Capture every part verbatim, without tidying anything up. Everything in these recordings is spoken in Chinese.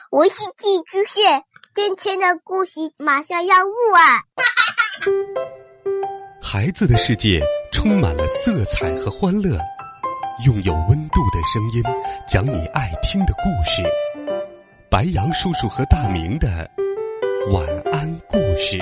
我是寄居蟹，今天的故事马上要录啊！ 孩子的世界充满了色彩和欢乐，用有温度的声音讲你爱听的故事。白杨叔叔和大明的晚安故事。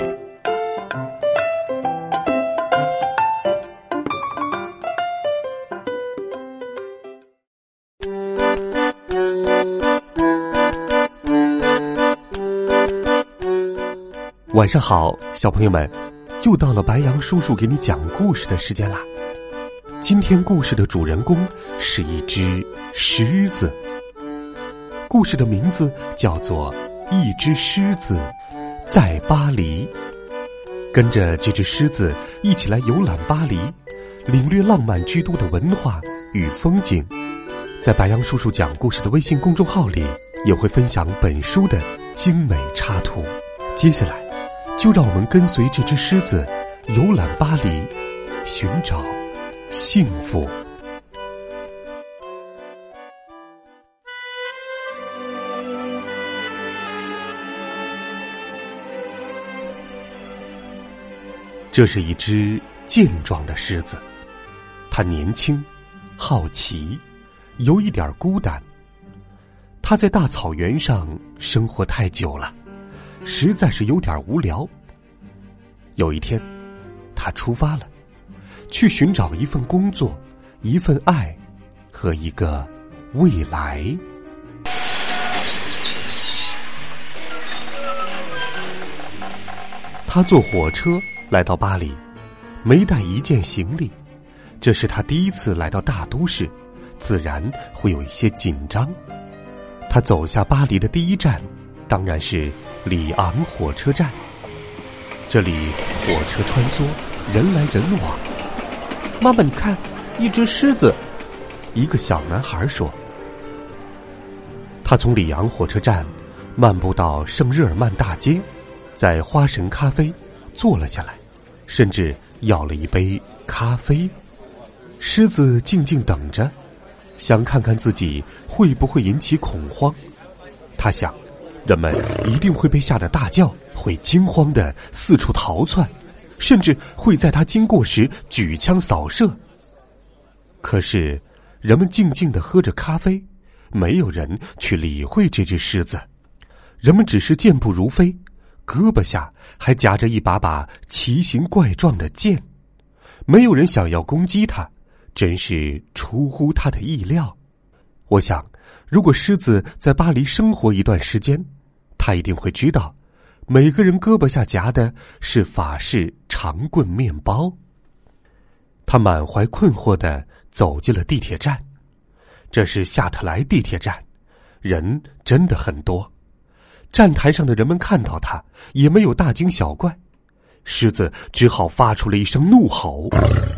晚上好，小朋友们，又到了白杨叔叔给你讲故事的时间啦。今天故事的主人公是一只狮子，故事的名字叫做《一只狮子在巴黎》。跟着这只狮子一起来游览巴黎，领略浪漫之都的文化与风景。在白杨叔叔讲故事的微信公众号里，也会分享本书的精美插图。接下来就让我们跟随这只狮子游览巴黎，寻找幸福。这是一只健壮的狮子，它年轻、好奇，有一点孤单。它在大草原上生活太久了，实在是有点无聊。有一天，他出发了，去寻找一份工作，一份爱和一个未来。他坐火车来到巴黎，没带一件行李，这是他第一次来到大都市，自然会有一些紧张。他走下巴黎的第一站，当然是里昂火车站。这里火车穿梭，人来人往。妈妈，你看，一只狮子。一个小男孩说。他从里昂火车站漫步到圣日耳曼大街，在花神咖啡坐了下来，甚至要了一杯咖啡。狮子静静等着，想看看自己会不会引起恐慌。他想，人们一定会被吓得大叫，会惊慌地四处逃窜，甚至会在他经过时举枪扫射。可是人们静静地喝着咖啡，没有人去理会这只狮子。人们只是健步如飞，胳膊下还夹着一把把奇形怪状的剑，没有人想要攻击他，真是出乎他的意料。我想，如果狮子在巴黎生活一段时间，他一定会知道，每个人胳膊下夹的是法式长棍面包。他满怀困惑地走进了地铁站，这是夏特莱地铁站，人真的很多。站台上的人们看到他，也没有大惊小怪。狮子只好发出了一声怒吼，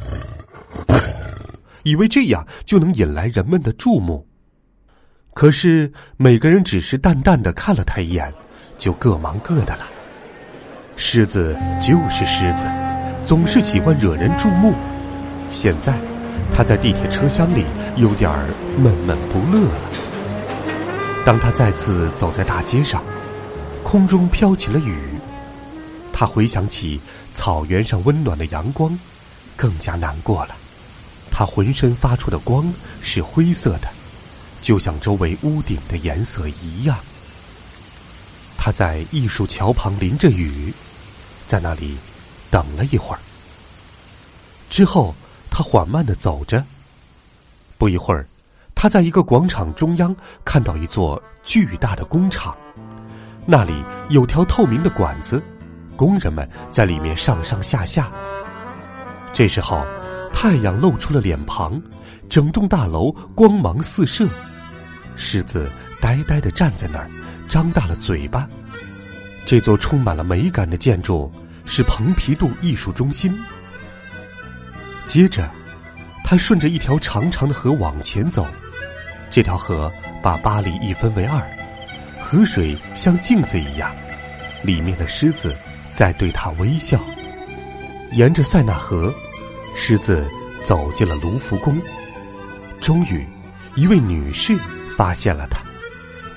以为这样就能引来人们的注目。可是每个人只是淡淡地看了他一眼，就各忙各的了。狮子就是狮子，总是喜欢惹人注目。现在他在地铁车厢里有点闷闷不乐了。当他再次走在大街上，空中飘起了雨。他回想起草原上温暖的阳光，更加难过了。他浑身发出的光是灰色的，就像周围屋顶的颜色一样。他在艺术桥旁淋着雨，在那里等了一会儿。之后他缓慢地走着。不一会儿，他在一个广场中央看到一座巨大的工厂，那里有条透明的管子，工人们在里面上上下下。这时候太阳露出了脸庞，整栋大楼光芒四射。狮子呆呆地站在那儿，张大了嘴巴。这座充满了美感的建筑是蓬皮杜艺术中心。接着他顺着一条长长的河往前走，这条河把巴黎一分为二，河水像镜子一样，里面的狮子在对他微笑。沿着塞纳河，狮子走进了卢浮宫。终于，一位女士发现了他，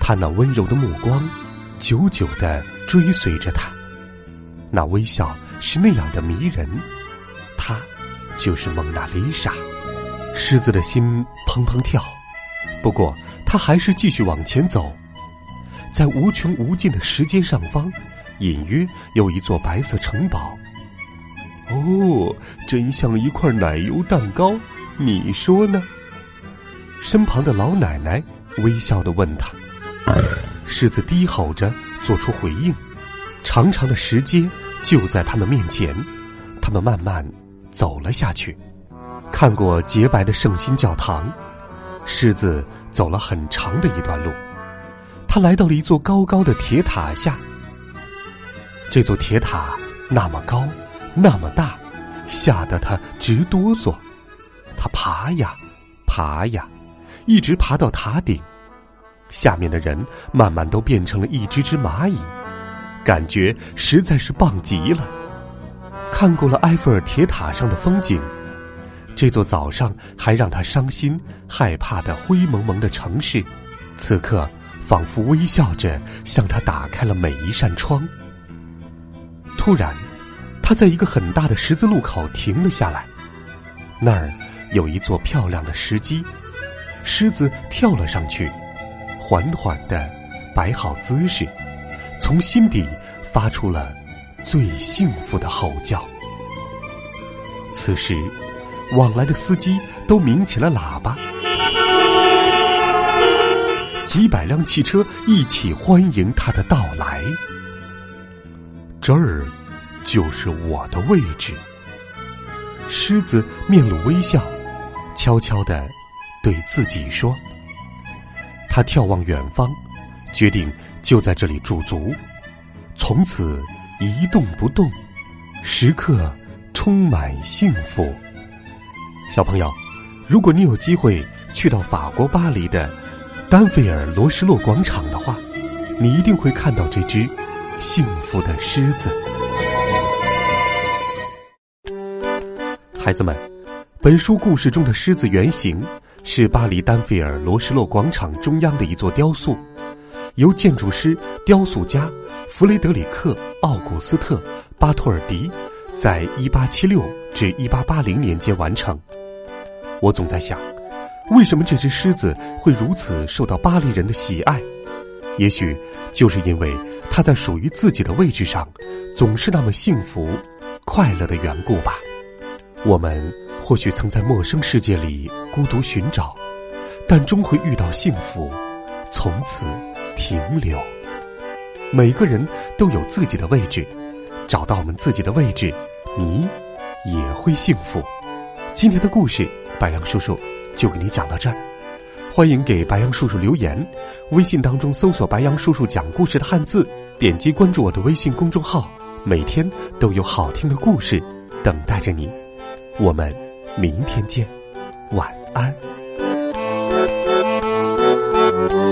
他那温柔的目光久久地追随着他，那微笑是那样的迷人，她就是蒙娜丽莎。狮子的心砰砰跳，不过他还是继续往前走。在无穷无尽的时间上方，隐约有一座白色城堡。哦，真像一块奶油蛋糕，你说呢？身旁的老奶奶微笑地问他。狮子低吼着做出回应。长长的石阶就在他们面前，他们慢慢走了下去。看过洁白的圣心教堂，狮子走了很长的一段路，他来到了一座高高的铁塔下。这座铁塔那么高那么大，吓得他直哆嗦。他爬呀爬呀，一直爬到塔顶，下面的人慢慢都变成了一只只蚂蚁，感觉实在是棒极了。看过了埃菲尔铁塔上的风景，这座早上还让他伤心害怕的灰蒙蒙的城市，此刻仿佛微笑着向他打开了每一扇窗。突然，他在一个很大的十字路口停了下来，那儿有一座漂亮的石基，狮子跳了上去，缓缓地摆好姿势，从心底发出了最幸福的吼叫。此时往来的司机都鸣起了喇叭，几百辆汽车一起欢迎他的到来。这儿就是我的位置。狮子面露微笑，悄悄地对自己说。他眺望远方，决定就在这里驻足，从此一动不动，时刻充满幸福。小朋友，如果你有机会去到法国巴黎的丹费尔罗什洛广场的话，你一定会看到这只幸福的狮子。孩子们，本书故事中的狮子原型是巴黎丹费尔罗什洛广场中央的一座雕塑，由建筑师、雕塑家弗雷德里克·奥古斯特·巴托尔迪在一八七六至一八八零年间完成。我总在想，为什么这只狮子会如此受到巴黎人的喜爱？也许就是因为它在属于自己的位置上总是那么幸福快乐的缘故吧。我们或许曾在陌生世界里孤独寻找，但终会遇到幸福，从此停留。每个人都有自己的位置，找到我们自己的位置，你也会幸福。今天的故事白杨叔叔就给你讲到这儿，欢迎给白杨叔叔留言，微信当中搜索白杨叔叔讲故事的汉字，点击关注我的微信公众号，每天都有好听的故事等待着你。我们明天见，晚安。